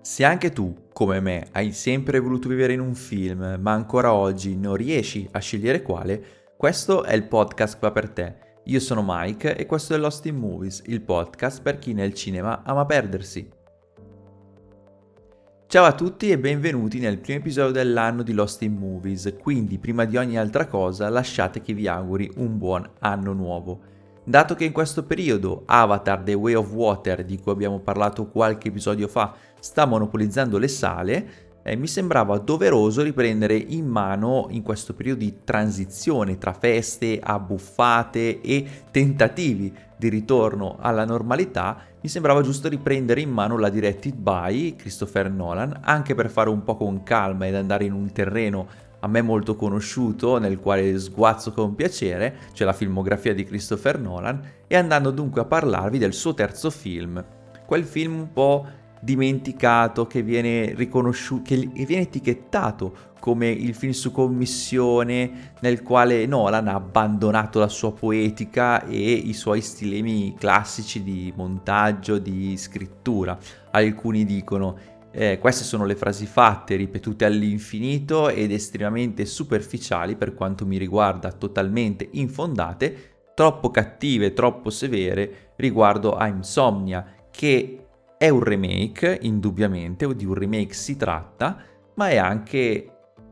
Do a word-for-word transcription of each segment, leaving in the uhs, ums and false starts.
Se anche tu, come me, hai sempre voluto vivere in un film, ma ancora oggi non riesci a scegliere quale, questo è il podcast che va per te. Io sono Mike e questo è Lost in Movies, il podcast per chi nel cinema ama perdersi. Ciao a tutti e benvenuti nel primo episodio dell'anno di Lost in Movies, quindi prima di ogni altra cosa lasciate che vi auguri un buon anno nuovo. Dato che in questo periodo Avatar The Way of Water, di cui abbiamo parlato qualche episodio fa, sta monopolizzando le sale, eh, mi sembrava doveroso riprendere in mano in questo periodo di transizione tra feste, abbuffate e tentativi di ritorno alla normalità, mi sembrava giusto riprendere in mano la Directed by Christopher Nolan, anche per fare un po' con calma ed andare in un terreno a me molto conosciuto, nel quale sguazzo con piacere, cioè la filmografia di Christopher Nolan, e andando dunque a parlarvi del suo terzo film, quel film un po' dimenticato che viene riconosciuto, che viene etichettato come il film su commissione nel quale Nolan ha abbandonato la sua poetica e i suoi stilemi classici di montaggio, di scrittura. Alcuni dicono Eh, queste sono le frasi fatte, ripetute all'infinito ed estremamente superficiali, per quanto mi riguarda totalmente infondate, troppo cattive, troppo severe riguardo a Insomnia, che è un remake, indubbiamente, di un remake si tratta, ma è anche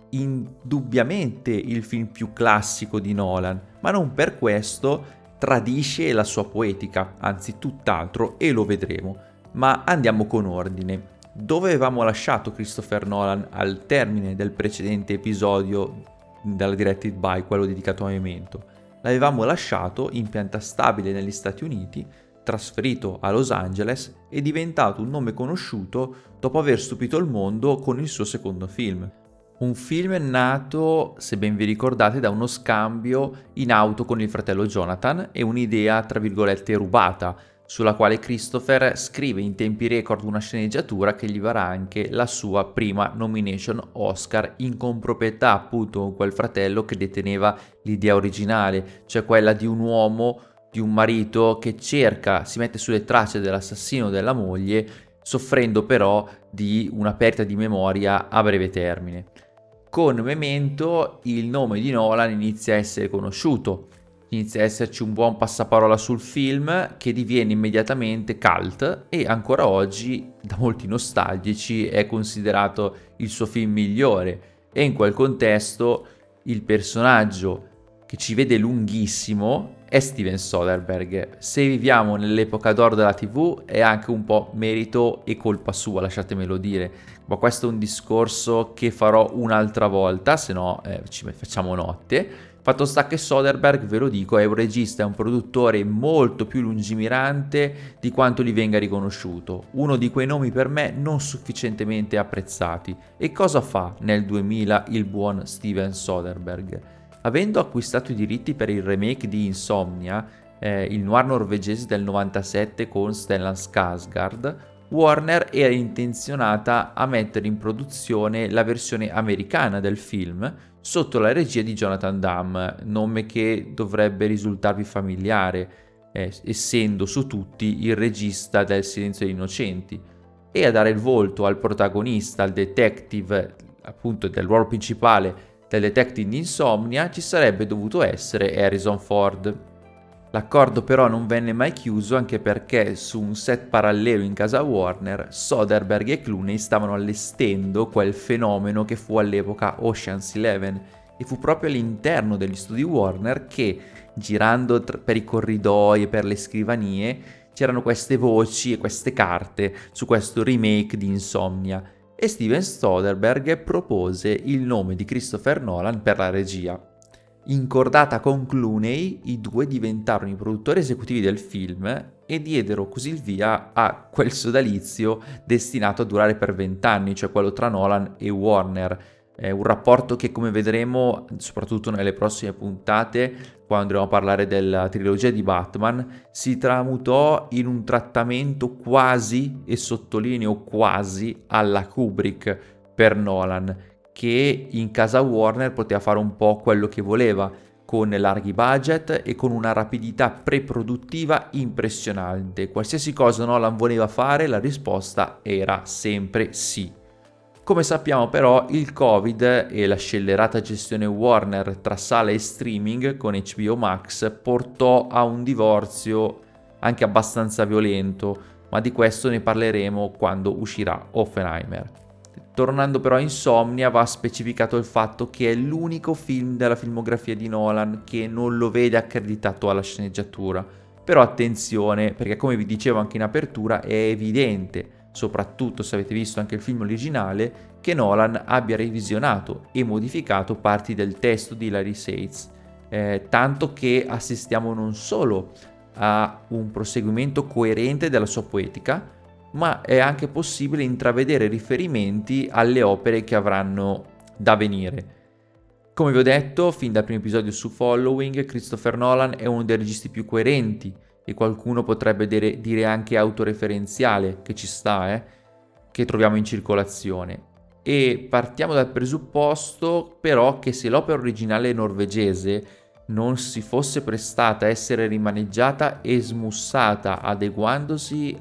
indubbiamente il film più classico di Nolan, ma non per questo tradisce la sua poetica, anzi tutt'altro, e lo vedremo. Ma andiamo con ordine. Dove avevamo lasciato Christopher Nolan al termine del precedente episodio della Directed by, quello dedicato a Memento? L'avevamo lasciato in pianta stabile negli Stati Uniti, trasferito a Los Angeles e diventato un nome conosciuto dopo aver stupito il mondo con il suo secondo film. Un film nato, se ben vi ricordate, da uno scambio in auto con il fratello Jonathan e un'idea, tra virgolette, rubata, sulla quale Christopher scrive in tempi record una sceneggiatura che gli varrà anche la sua prima nomination Oscar, in comproprietà appunto con quel fratello che deteneva l'idea originale, cioè quella di un uomo, di un marito che cerca, si mette sulle tracce dell'assassino della moglie, soffrendo però di una perdita di memoria a breve termine. Con Memento il nome di Nolan inizia a essere conosciuto, inizia a esserci un buon passaparola sul film che diviene immediatamente cult e ancora oggi da molti nostalgici è considerato il suo film migliore, e in quel contesto il personaggio che ci vede lunghissimo è Steven Soderbergh. Se viviamo nell'epoca d'oro della tivù è anche un po' merito e colpa sua, lasciatemelo dire, ma questo è un discorso che farò un'altra volta, se no eh, ci facciamo notte. Fatto sta che Soderbergh, ve lo dico, è un regista e un produttore molto più lungimirante di quanto gli venga riconosciuto, uno di quei nomi per me non sufficientemente apprezzati. E cosa fa nel duemila il buon Steven Soderbergh? Avendo acquistato i diritti per il remake di Insomnia, eh, il noir norvegese del novantasette con Stellan Skarsgård, Warner era intenzionata a mettere in produzione la versione americana del film sotto la regia di Jonathan Demme, nome che dovrebbe risultarvi familiare, eh, essendo su tutti il regista del Silenzio degli Innocenti, e a dare il volto al protagonista, al detective, appunto del ruolo principale del detective di Insomnia, ci sarebbe dovuto essere Harrison Ford. L'accordo però non venne mai chiuso, anche perché su un set parallelo in casa Warner, Soderbergh e Clooney stavano allestendo quel fenomeno che fu all'epoca Ocean's Eleven, e fu proprio all'interno degli studi Warner che, girando tra- per i corridoi e per le scrivanie, c'erano queste voci e queste carte su questo remake di Insomnia, e Steven Soderbergh propose il nome di Christopher Nolan per la regia. Incordata con Clooney, i due diventarono i produttori esecutivi del film e diedero così il via a quel sodalizio destinato a durare per vent'anni, cioè quello tra Nolan e Warner. È un rapporto che, come vedremo soprattutto nelle prossime puntate, quando andremo a parlare della trilogia di Batman, si tramutò in un trattamento quasi, e sottolineo quasi, alla Kubrick per Nolan, che in casa Warner poteva fare un po' quello che voleva, con larghi budget e con una rapidità pre-produttiva impressionante. Qualsiasi cosa Nolan voleva fare, la risposta era sempre sì. Come sappiamo però, il Covid e la scellerata gestione Warner tra sala e streaming con H B O Max portò a un divorzio anche abbastanza violento, ma di questo ne parleremo quando uscirà Oppenheimer. Tornando però a Insomnia, va specificato il fatto che è l'unico film della filmografia di Nolan che non lo vede accreditato alla sceneggiatura. Però attenzione, perché come vi dicevo anche in apertura, è evidente, soprattutto se avete visto anche il film originale, che Nolan abbia revisionato e modificato parti del testo di Larry Sates, eh, tanto che assistiamo non solo a un proseguimento coerente della sua poetica, ma è anche possibile intravedere riferimenti alle opere che avranno da venire. Come vi ho detto fin dal primo episodio su Following, Christopher Nolan è uno dei registi più coerenti e qualcuno potrebbe dire, dire anche autoreferenziale, che ci sta, eh, che troviamo in circolazione. E partiamo dal presupposto però che se l'opera originale norvegese non si fosse prestata a essere rimaneggiata e smussata adeguandosi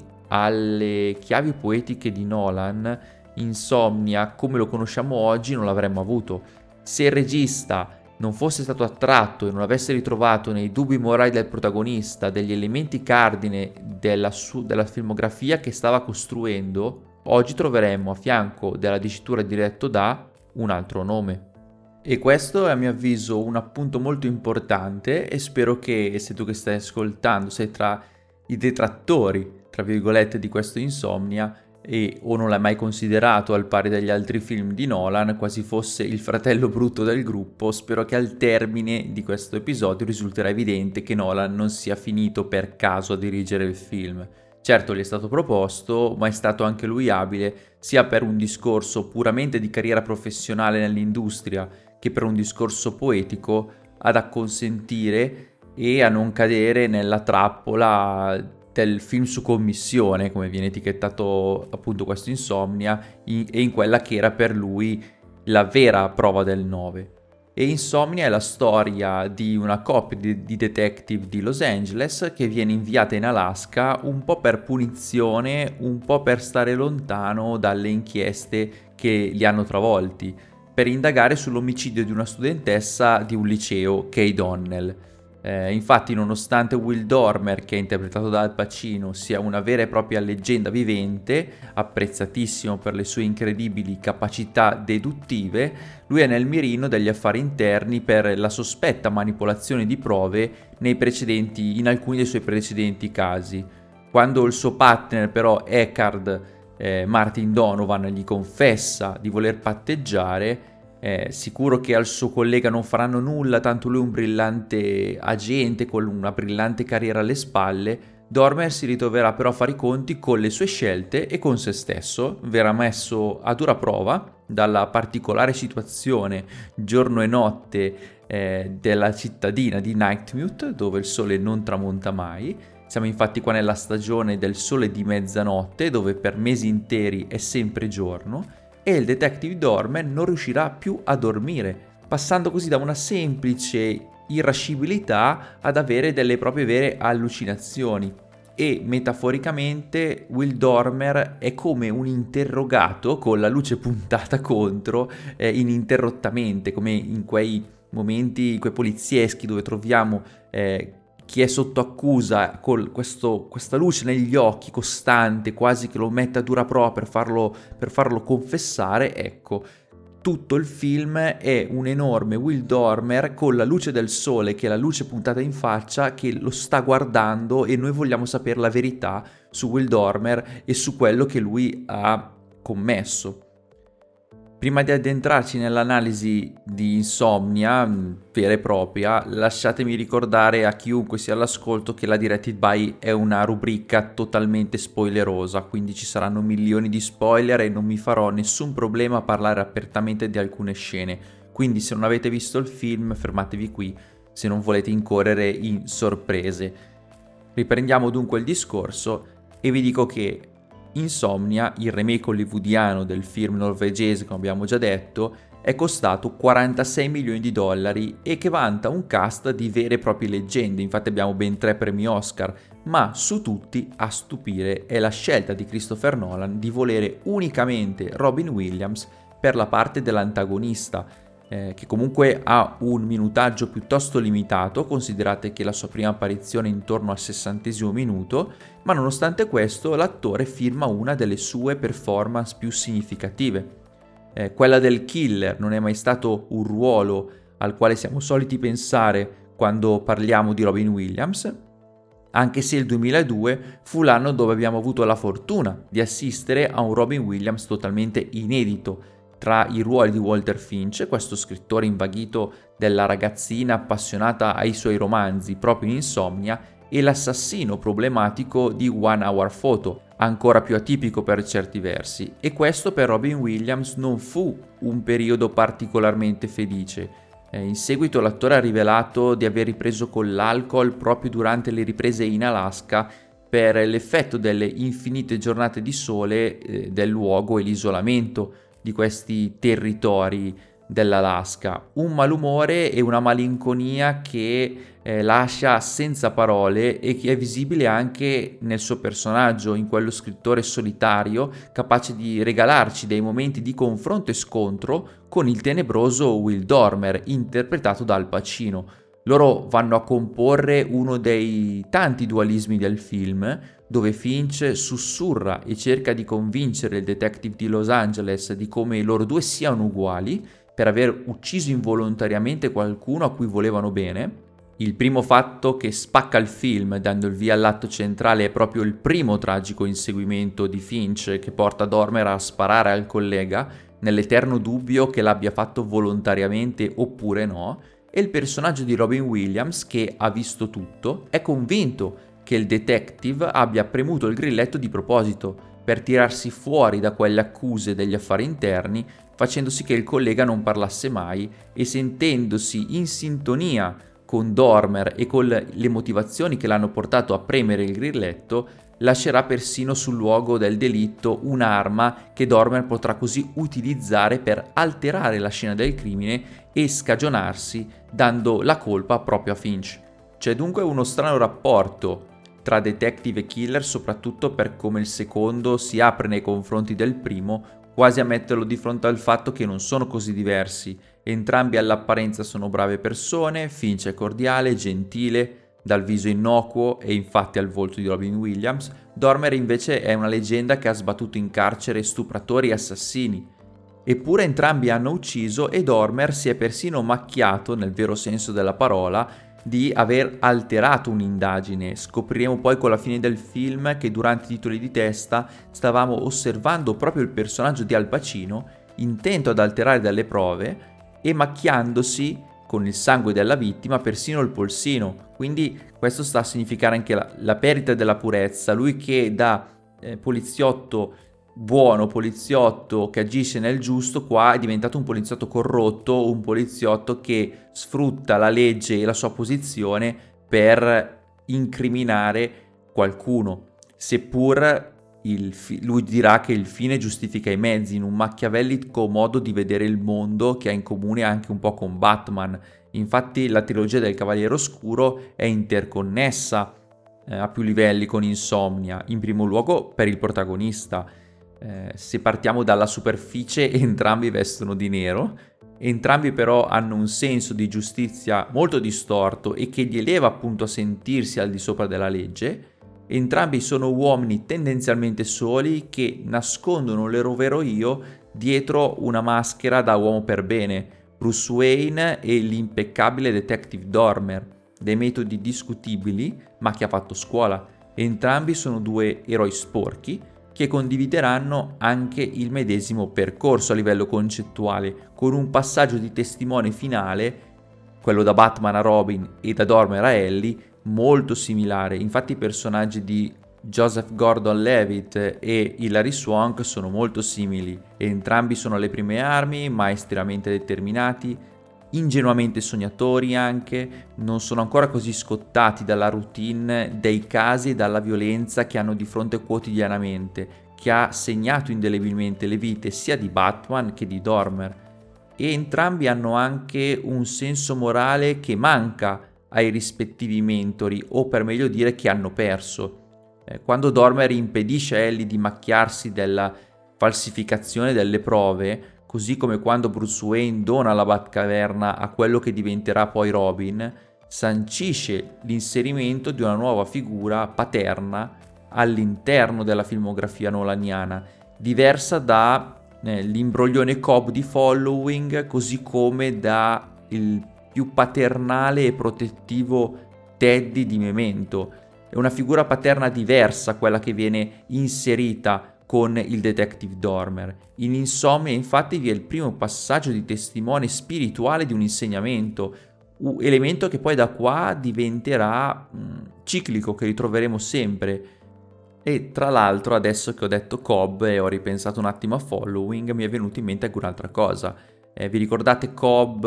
alle chiavi poetiche di Nolan, Insomnia, come lo conosciamo oggi, non l'avremmo avuto. Se il regista non fosse stato attratto e non avesse ritrovato nei dubbi morali del protagonista degli elementi cardine della, su- della filmografia che stava costruendo, oggi troveremmo a fianco della dicitura diretto da un altro nome. E questo è a mio avviso un appunto molto importante e spero che se tu che stai ascoltando sei tra i detrattori, tra virgolette, di questo Insomnia e o non l'hai mai considerato al pari degli altri film di Nolan, quasi fosse il fratello brutto del gruppo, spero che al termine di questo episodio risulterà evidente che Nolan non sia finito per caso a dirigere il film. Certo gli è stato proposto, ma è stato anche lui abile, sia per un discorso puramente di carriera professionale nell'industria, che per un discorso poetico, ad acconsentire e a non cadere nella trappola del film su commissione, come viene etichettato appunto questo Insomnia, in, e in quella che era per lui la vera prova del nove. E Insomnia è la storia di una coppia di, di detective di Los Angeles che viene inviata in Alaska un po' per punizione, un po' per stare lontano dalle inchieste che li hanno travolti, per indagare sull'omicidio di una studentessa di un liceo, Kay Donnell. Eh, infatti, nonostante Will Dormer, che è interpretato da Al Pacino, sia una vera e propria leggenda vivente, apprezzatissimo per le sue incredibili capacità deduttive, lui è nel mirino degli affari interni per la sospetta manipolazione di prove nei precedenti, in alcuni dei suoi precedenti casi. Quando il suo partner, però, Eckhard eh, Martin Donovan, gli confessa di voler patteggiare, Eh, sicuro che al suo collega non faranno nulla, tanto lui è un brillante agente con una brillante carriera alle spalle, Dormer si ritroverà però a fare i conti con le sue scelte e con se stesso, verrà messo a dura prova dalla particolare situazione giorno e notte eh, della cittadina di Nightmute, dove il sole non tramonta mai. Siamo infatti qua nella stagione del sole di mezzanotte, dove per mesi interi è sempre giorno, e il detective Dormer non riuscirà più a dormire, passando così da una semplice irascibilità ad avere delle proprie vere allucinazioni. E metaforicamente Will Dormer è come un interrogato con la luce puntata contro eh, ininterrottamente, come in quei momenti, quei polizieschi dove troviamo eh, chi è sotto accusa con questo, questa luce negli occhi costante, quasi che lo mette a dura prova per farlo, per farlo confessare. Ecco, tutto il film è un enorme Will Dormer con la luce del sole, che è la luce puntata in faccia, che lo sta guardando, e noi vogliamo sapere la verità su Will Dormer e su quello che lui ha commesso. Prima di addentrarci nell'analisi di Insomnia vera e propria, lasciatemi ricordare a chiunque sia all'ascolto che la Directed By è una rubrica totalmente spoilerosa, quindi ci saranno milioni di spoiler e non mi farò nessun problema a parlare apertamente di alcune scene. Quindi se non avete visto il film, fermatevi qui se non volete incorrere in sorprese. Riprendiamo dunque il discorso e vi dico che Insomnia, il remake hollywoodiano del film norvegese, come abbiamo già detto, è costato quarantasei milioni di dollari e che vanta un cast di vere e proprie leggende. Infatti abbiamo ben tre premi Oscar, ma su tutti a stupire è la scelta di Christopher Nolan di volere unicamente Robin Williams per la parte dell'antagonista, eh, che comunque ha un minutaggio piuttosto limitato. Considerate che la sua prima apparizione è intorno al sessantesimo minuto, ma nonostante questo l'attore firma una delle sue performance più significative. Eh, quella del killer non è mai stato un ruolo al quale siamo soliti pensare quando parliamo di Robin Williams, anche se il duemiladue fu l'anno dove abbiamo avuto la fortuna di assistere a un Robin Williams totalmente inedito tra i ruoli di Walter Finch, questo scrittore invaghito della ragazzina appassionata ai suoi romanzi proprio in Insomnia, e l'assassino problematico di One Hour Photo, ancora più atipico per certi versi. E questo per Robin Williams non fu un periodo particolarmente felice. Eh, in seguito l'attore ha rivelato di aver ripreso con l'alcol proprio durante le riprese in Alaska per l'effetto delle infinite giornate di sole eh, del luogo e l'isolamento di questi territori dell'Alaska. Un malumore e una malinconia che eh, lascia senza parole e che è visibile anche nel suo personaggio, in quello scrittore solitario capace di regalarci dei momenti di confronto e scontro con il tenebroso Will Dormer, interpretato da Al Pacino. Loro vanno a comporre uno dei tanti dualismi del film, dove Finch sussurra e cerca di convincere il detective di Los Angeles di come loro due siano uguali per aver ucciso involontariamente qualcuno a cui volevano bene. Il primo fatto che spacca il film, dando il via all'atto centrale, è proprio il primo tragico inseguimento di Finch che porta Dormer a sparare al collega, nell'eterno dubbio che l'abbia fatto volontariamente oppure no, e il personaggio di Robin Williams, che ha visto tutto, è convinto che il detective abbia premuto il grilletto di proposito per tirarsi fuori da quelle accuse degli affari interni, facendo sì che il collega non parlasse mai e sentendosi in sintonia con Dormer e con le motivazioni che l'hanno portato a premere il grilletto, lascerà persino sul luogo del delitto un'arma che Dormer potrà così utilizzare per alterare la scena del crimine e scagionarsi, dando la colpa proprio a Finch. C'è dunque uno strano rapporto tra detective e killer, soprattutto per come il secondo si apre nei confronti del primo, quasi a metterlo di fronte al fatto che non sono così diversi. Entrambi all'apparenza sono brave persone, Finch è cordiale, gentile, dal viso innocuo e infatti al volto di Robin Williams. Dormer invece è una leggenda che ha sbattuto in carcere stupratori e assassini. Eppure entrambi hanno ucciso e Dormer si è persino macchiato, nel vero senso della parola, di aver alterato un'indagine. Scopriremo poi con la fine del film che durante i titoli di testa stavamo osservando proprio il personaggio di Al Pacino, intento ad alterare delle prove e macchiandosi con il sangue della vittima persino il polsino. Quindi questo sta a significare anche la, la perdita della purezza. Lui che da eh, poliziotto buono, poliziotto che agisce nel giusto, qua è diventato un poliziotto corrotto, un poliziotto che sfrutta la legge e la sua posizione per incriminare qualcuno, seppur il fi- lui dirà che il fine giustifica i mezzi, in un machiavellico modo di vedere il mondo che ha in comune anche un po' con Batman. Infatti la trilogia del Cavaliere Oscuro è interconnessa eh, a più livelli con Insomnia, in primo luogo per il protagonista. Eh, se partiamo dalla superficie, entrambi vestono di nero, entrambi però hanno un senso di giustizia molto distorto e che li eleva appunto a sentirsi al di sopra della legge. Entrambi sono uomini tendenzialmente soli che nascondono il loro vero io dietro una maschera da uomo per bene, Bruce Wayne e l'impeccabile detective Dormer, dei metodi discutibili ma che ha fatto scuola. Entrambi sono due eroi sporchi che condivideranno anche il medesimo percorso a livello concettuale, con un passaggio di testimone finale, quello da Batman a Robin e da Dormer a Ellie, molto similare. Infatti i personaggi di Joseph Gordon-Levitt e Hilary Swank sono molto simili. Entrambi sono alle prime armi, maestramente determinati, ingenuamente sognatori anche, non sono ancora così scottati dalla routine dei casi e dalla violenza che hanno di fronte quotidianamente, che ha segnato indelebilmente le vite sia di Batman che di Dormer, e entrambi hanno anche un senso morale che manca ai rispettivi mentori, o per meglio dire che hanno perso. Eh, quando Dormer impedisce a Ellie di macchiarsi della falsificazione delle prove, così come quando Bruce Wayne dona la Batcaverna a quello che diventerà poi Robin, sancisce l'inserimento di una nuova figura paterna all'interno della filmografia nolaniana, diversa da eh, l'imbroglione Cobb di Following, così come da il più paternale e protettivo Teddy di Memento. È una figura paterna diversa quella che viene inserita con il detective Dormer. In Insomnia infatti vi è il primo passaggio di testimone spirituale di un insegnamento, un elemento che poi da qua diventerà mh, ciclico, che ritroveremo sempre. E tra l'altro, adesso che ho detto Cobb e ho ripensato un attimo a Following, mi è venuto in mente anche un'altra cosa. Eh, vi ricordate Cobb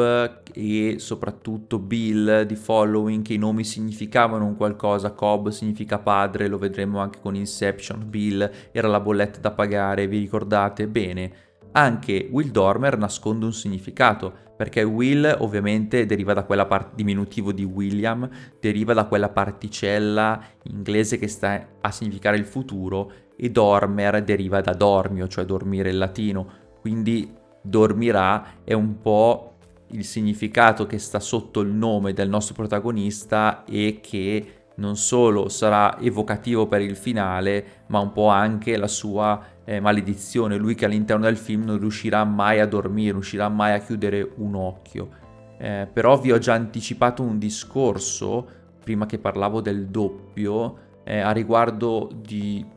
e soprattutto Bill di Following, che i nomi significavano un qualcosa? Cobb significa padre, lo vedremo anche con Inception. Bill era la bolletta da pagare, vi ricordate? Bene, anche Will Dormer nasconde un significato, perché Will ovviamente deriva da quella parte, diminutivo di William, deriva da quella particella inglese che sta a significare il futuro, e Dormer deriva da dormio, cioè dormire in latino, quindi dormirà è un po' il significato che sta sotto il nome del nostro protagonista e che non solo sarà evocativo per il finale, ma un po' anche la sua eh, maledizione, lui che all'interno del film non riuscirà mai a dormire, non riuscirà mai a chiudere un occhio. Eh, però vi ho già anticipato un discorso, prima che parlavo del doppio, eh, a riguardo di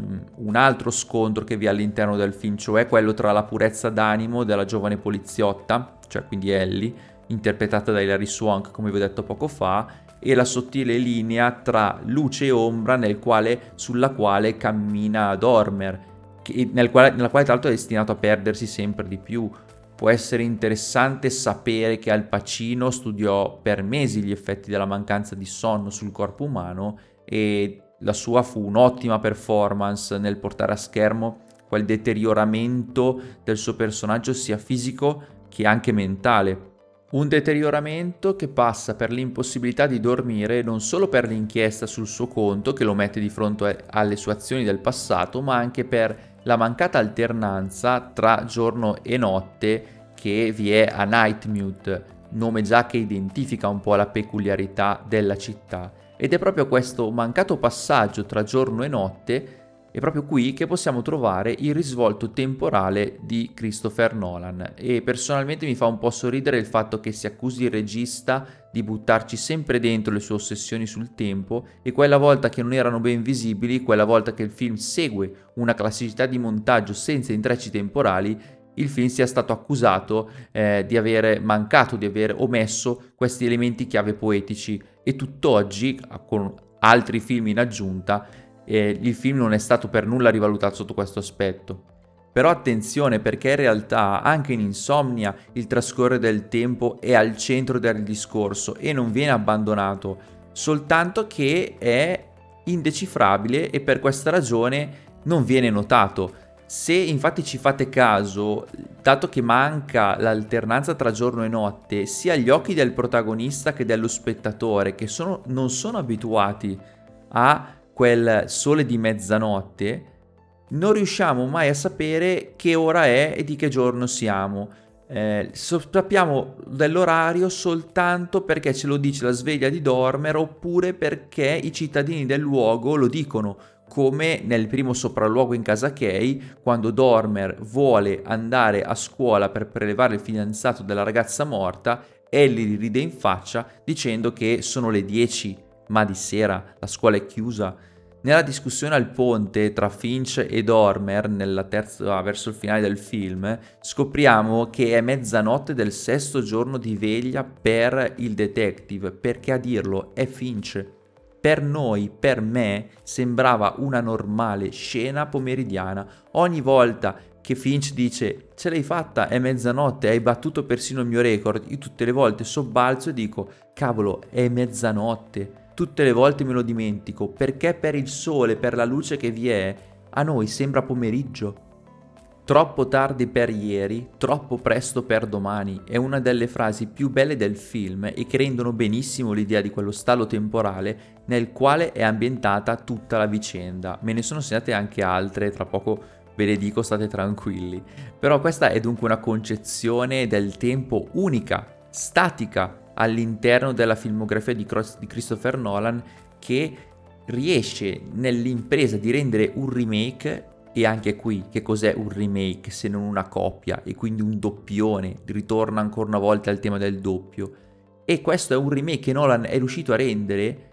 un altro scontro che vi è all'interno del film, cioè quello tra la purezza d'animo della giovane poliziotta, cioè quindi Ellie, interpretata da Hilary Swank come vi ho detto poco fa, e la sottile linea tra luce e ombra nel quale, sulla quale cammina Dormer, che, nel quale, nella quale tra l'altro è destinato a perdersi sempre di più. Può essere interessante sapere che Al Pacino studiò per mesi gli effetti della mancanza di sonno sul corpo umano, e la sua fu un'ottima performance nel portare a schermo quel deterioramento del suo personaggio sia fisico che anche mentale. Un deterioramento che passa per l'impossibilità di dormire non solo per l'inchiesta sul suo conto che lo mette di fronte alle sue azioni del passato, ma anche per la mancata alternanza tra giorno e notte che vi è a Nightmute, nome già che identifica un po' la peculiarità della città. Ed è proprio questo mancato passaggio tra giorno e notte, è proprio qui che possiamo trovare il risvolto temporale di Christopher Nolan, e personalmente mi fa un po' sorridere il fatto che si accusi il regista di buttarci sempre dentro le sue ossessioni sul tempo, e quella volta che non erano ben visibili, quella volta che il film segue una classicità di montaggio senza intrecci temporali, il film sia stato accusato eh, di avere mancato, di aver omesso questi elementi chiave poetici, e tutt'oggi, con altri film in aggiunta, eh, il film non è stato per nulla rivalutato sotto questo aspetto. Però attenzione, perché in realtà anche in Insomnia il trascorrere del tempo è al centro del discorso e non viene abbandonato, soltanto che è indecifrabile e per questa ragione non viene notato. Se infatti ci fate caso, dato che manca l'alternanza tra giorno e notte, sia agli occhi del protagonista che dello spettatore, che sono, non sono abituati a quel sole di mezzanotte, non riusciamo mai a sapere che ora è e di che giorno siamo. Eh, sappiamo dell'orario soltanto perché ce lo dice la sveglia di Dormer, oppure perché i cittadini del luogo lo dicono, come nel primo sopralluogo in casa Kay, quando Dormer vuole andare a scuola per prelevare il fidanzato della ragazza morta, Ellie gli ride in faccia dicendo che sono le dieci, ma di sera, la scuola è chiusa. Nella discussione al ponte tra Finch e Dormer, nella terza, verso il finale del film, scopriamo che è mezzanotte del sesto giorno di veglia per il detective, perché a dirlo è Finch. Per noi, per me, sembrava una normale scena pomeridiana. Ogni volta che Finch dice "ce l'hai fatta, è mezzanotte, hai battuto persino il mio record", io tutte le volte sobbalzo e dico "cavolo, è mezzanotte". Tutte le volte me lo dimentico, perché per il sole, per la luce che vi è, a noi sembra pomeriggio. Troppo tardi per ieri, troppo presto per domani è una delle frasi più belle del film e che rendono benissimo l'idea di quello stallo temporale nel quale è ambientata tutta la vicenda. Me ne sono segnate anche altre, tra poco ve le dico, state tranquilli. Però questa è dunque una concezione del tempo unica, statica all'interno della filmografia di Christopher Nolan, che riesce nell'impresa di rendere un remake. E anche qui, che cos'è un remake se non una copia e quindi un doppione? Ritorna ancora una volta al tema del doppio. E questo è un remake che Nolan è riuscito a rendere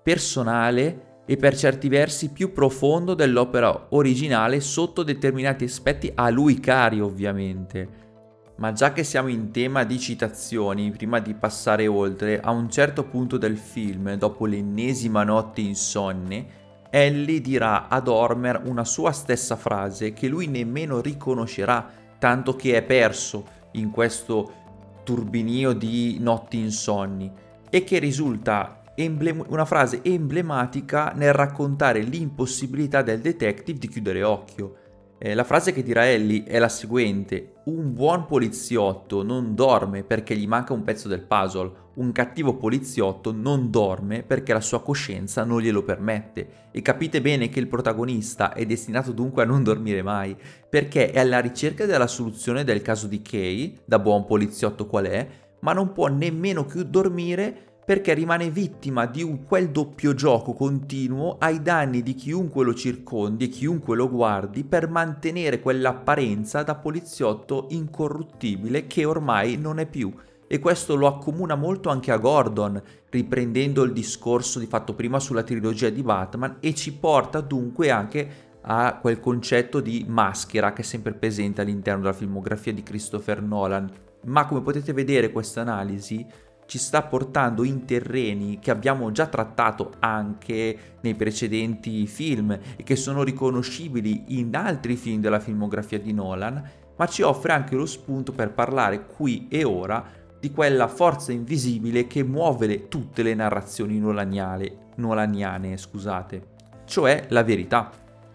personale e per certi versi più profondo dell'opera originale sotto determinati aspetti a lui cari, ovviamente. Ma già che siamo in tema di citazioni, prima di passare oltre, a un certo punto del film, dopo l'ennesima notte insonne, Ellie dirà a Dormer una sua stessa frase che lui nemmeno riconoscerà, tanto che è perso in questo turbinio di notti insonni, e che risulta emblem- una frase emblematica nel raccontare l'impossibilità del detective di chiudere occhio. Eh, la frase che dirà Ellie è la seguente: un buon poliziotto non dorme perché gli manca un pezzo del puzzle, un cattivo poliziotto non dorme perché la sua coscienza non glielo permette. E capite bene che il protagonista è destinato dunque a non dormire mai, perché è alla ricerca della soluzione del caso di Kay, da buon poliziotto qual è, ma non può nemmeno più dormire perché rimane vittima di un, quel doppio gioco continuo ai danni di chiunque lo circondi e chiunque lo guardi per mantenere quell'apparenza da poliziotto incorruttibile che ormai non è più. E questo lo accomuna molto anche a Gordon, riprendendo il discorso di fatto prima sulla trilogia di Batman, e ci porta dunque anche a quel concetto di maschera che è sempre presente all'interno della filmografia di Christopher Nolan. Ma come potete vedere, questa analisi ci sta portando in terreni che abbiamo già trattato anche nei precedenti film e che sono riconoscibili in altri film della filmografia di Nolan, ma ci offre anche lo spunto per parlare qui e ora di quella forza invisibile che muove le, tutte le narrazioni nolaniane, nolaniane, scusate, cioè la verità.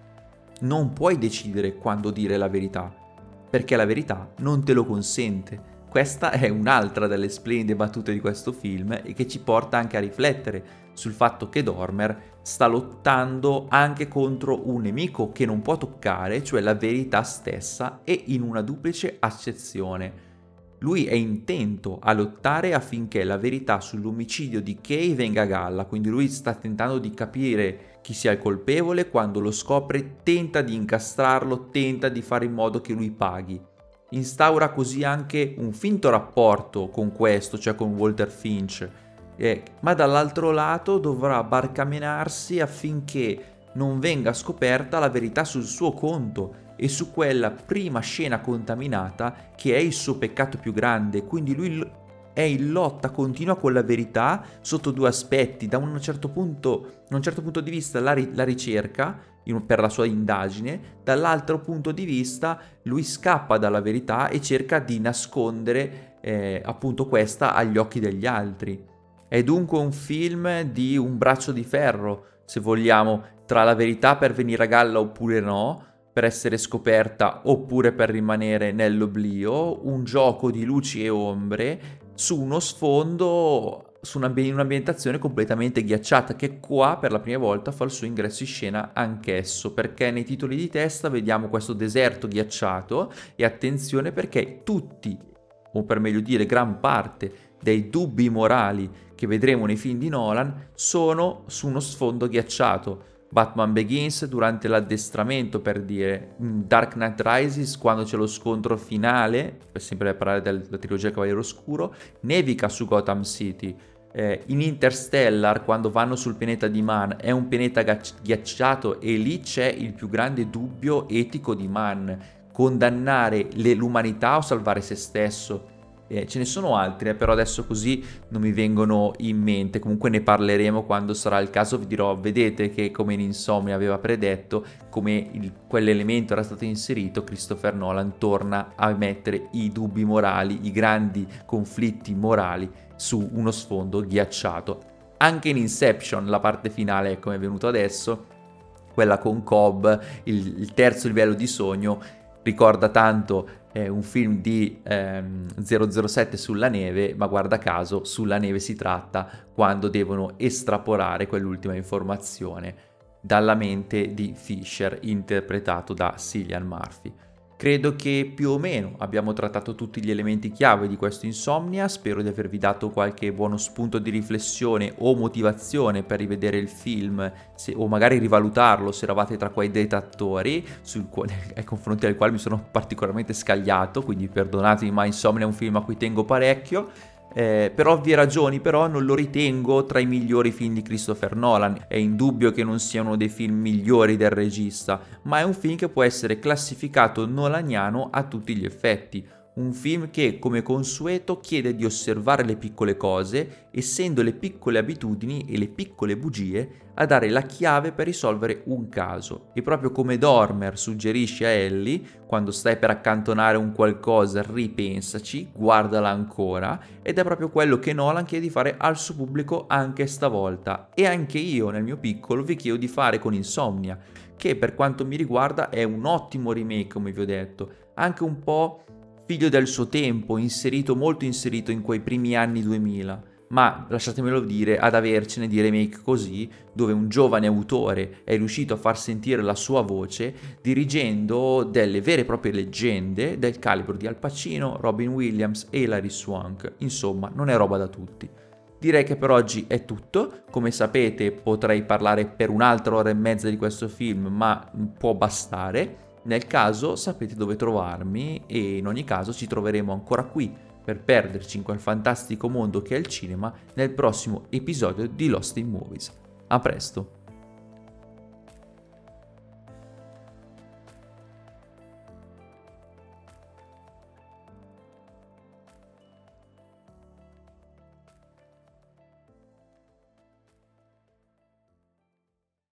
Non puoi decidere quando dire la verità, perché la verità non te lo consente. Questa è un'altra delle splendide battute di questo film e che ci porta anche a riflettere sul fatto che Dormer sta lottando anche contro un nemico che non può toccare, cioè la verità stessa, e in una duplice accezione. Lui è intento a lottare affinché la verità sull'omicidio di Kay venga a galla, quindi lui sta tentando di capire chi sia il colpevole, quando lo scopre tenta di incastrarlo, tenta di fare in modo che lui paghi. Instaura così anche un finto rapporto con questo, cioè con Walter Finch, eh, ma dall'altro lato dovrà barcamenarsi affinché non venga scoperta la verità sul suo conto e su quella prima scena contaminata che è il suo peccato più grande. Quindi lui è in lotta continua con la verità sotto due aspetti: da un certo punto, da un certo punto di vista la, ri- la ricerca per la sua indagine, dall'altro punto di vista lui scappa dalla verità e cerca di nascondere eh, appunto questa agli occhi degli altri. È dunque un film di un braccio di ferro, se vogliamo, tra la verità per venire a galla oppure no, per essere scoperta oppure per rimanere nell'oblio, un gioco di luci e ombre su uno sfondo, su un'ambientazione completamente ghiacciata, che qua per la prima volta fa il suo ingresso in scena anch'esso, perché nei titoli di testa vediamo questo deserto ghiacciato, e attenzione perché tutti, o per meglio dire gran parte, dei dubbi morali che vedremo nei film di Nolan sono su uno sfondo ghiacciato. Batman Begins durante l'addestramento, per dire, Dark Knight Rises quando c'è lo scontro finale, per sempre parlare della trilogia Cavaliere Oscuro, nevica su Gotham City. Eh, in Interstellar, quando vanno sul pianeta di Mann, è un pianeta ghiacciato e lì c'è il più grande dubbio etico di Mann: condannare le, l'umanità o salvare se stesso. Eh, ce ne sono altri, eh, però adesso così non mi vengono in mente. Comunque ne parleremo quando sarà il caso. Vi dirò, vedete che come in Insomnia aveva predetto, come il, quell'elemento era stato inserito, Christopher Nolan torna a mettere i dubbi morali, i grandi conflitti morali su uno sfondo ghiacciato. Anche in Inception, la parte finale, come è venuto adesso, quella con Cobb, il, il terzo livello di sogno, ricorda tanto eh, un film di ehm, zero zero sette sulla neve, ma guarda caso sulla neve si tratta quando devono estrapolare quell'ultima informazione dalla mente di Fisher, interpretato da Cillian Murphy. Credo che più o meno abbiamo trattato tutti gli elementi chiave di questo Insomnia, spero di avervi dato qualche buono spunto di riflessione o motivazione per rivedere il film se, o magari rivalutarlo se eravate tra quei detrattori sul quale, ai confronti del quale mi sono particolarmente scagliato, quindi perdonatemi, ma Insomnia è un film a cui tengo parecchio. Eh, per ovvie ragioni però non lo ritengo tra i migliori film di Christopher Nolan, è indubbio che non sia uno dei film migliori del regista, ma è un film che può essere classificato nolaniano a tutti gli effetti. Un film che, come consueto, chiede di osservare le piccole cose, essendo le piccole abitudini e le piccole bugie a dare la chiave per risolvere un caso. E proprio come Dormer suggerisce a Ellie, quando stai per accantonare un qualcosa, ripensaci, guardala ancora, ed è proprio quello che Nolan chiede di fare al suo pubblico anche stavolta. E anche io, nel mio piccolo, vi chiedo di fare con Insomnia, che per quanto mi riguarda è un ottimo remake, come vi ho detto, anche un po' figlio del suo tempo, inserito molto inserito in quei primi anni duemila, ma lasciatemelo dire, ad avercene di remake così, dove un giovane autore è riuscito a far sentire la sua voce dirigendo delle vere e proprie leggende del calibro di Al Pacino, Robin Williams e Hilary Swank. Insomma, non è roba da tutti. Direi che per oggi è tutto. Come sapete, potrei parlare per un'altra ora e mezza di questo film, ma può bastare. Nel caso sapete dove trovarmi e in ogni caso ci troveremo ancora qui per perderci in quel fantastico mondo che è il cinema nel prossimo episodio di Lost in Movies. A presto!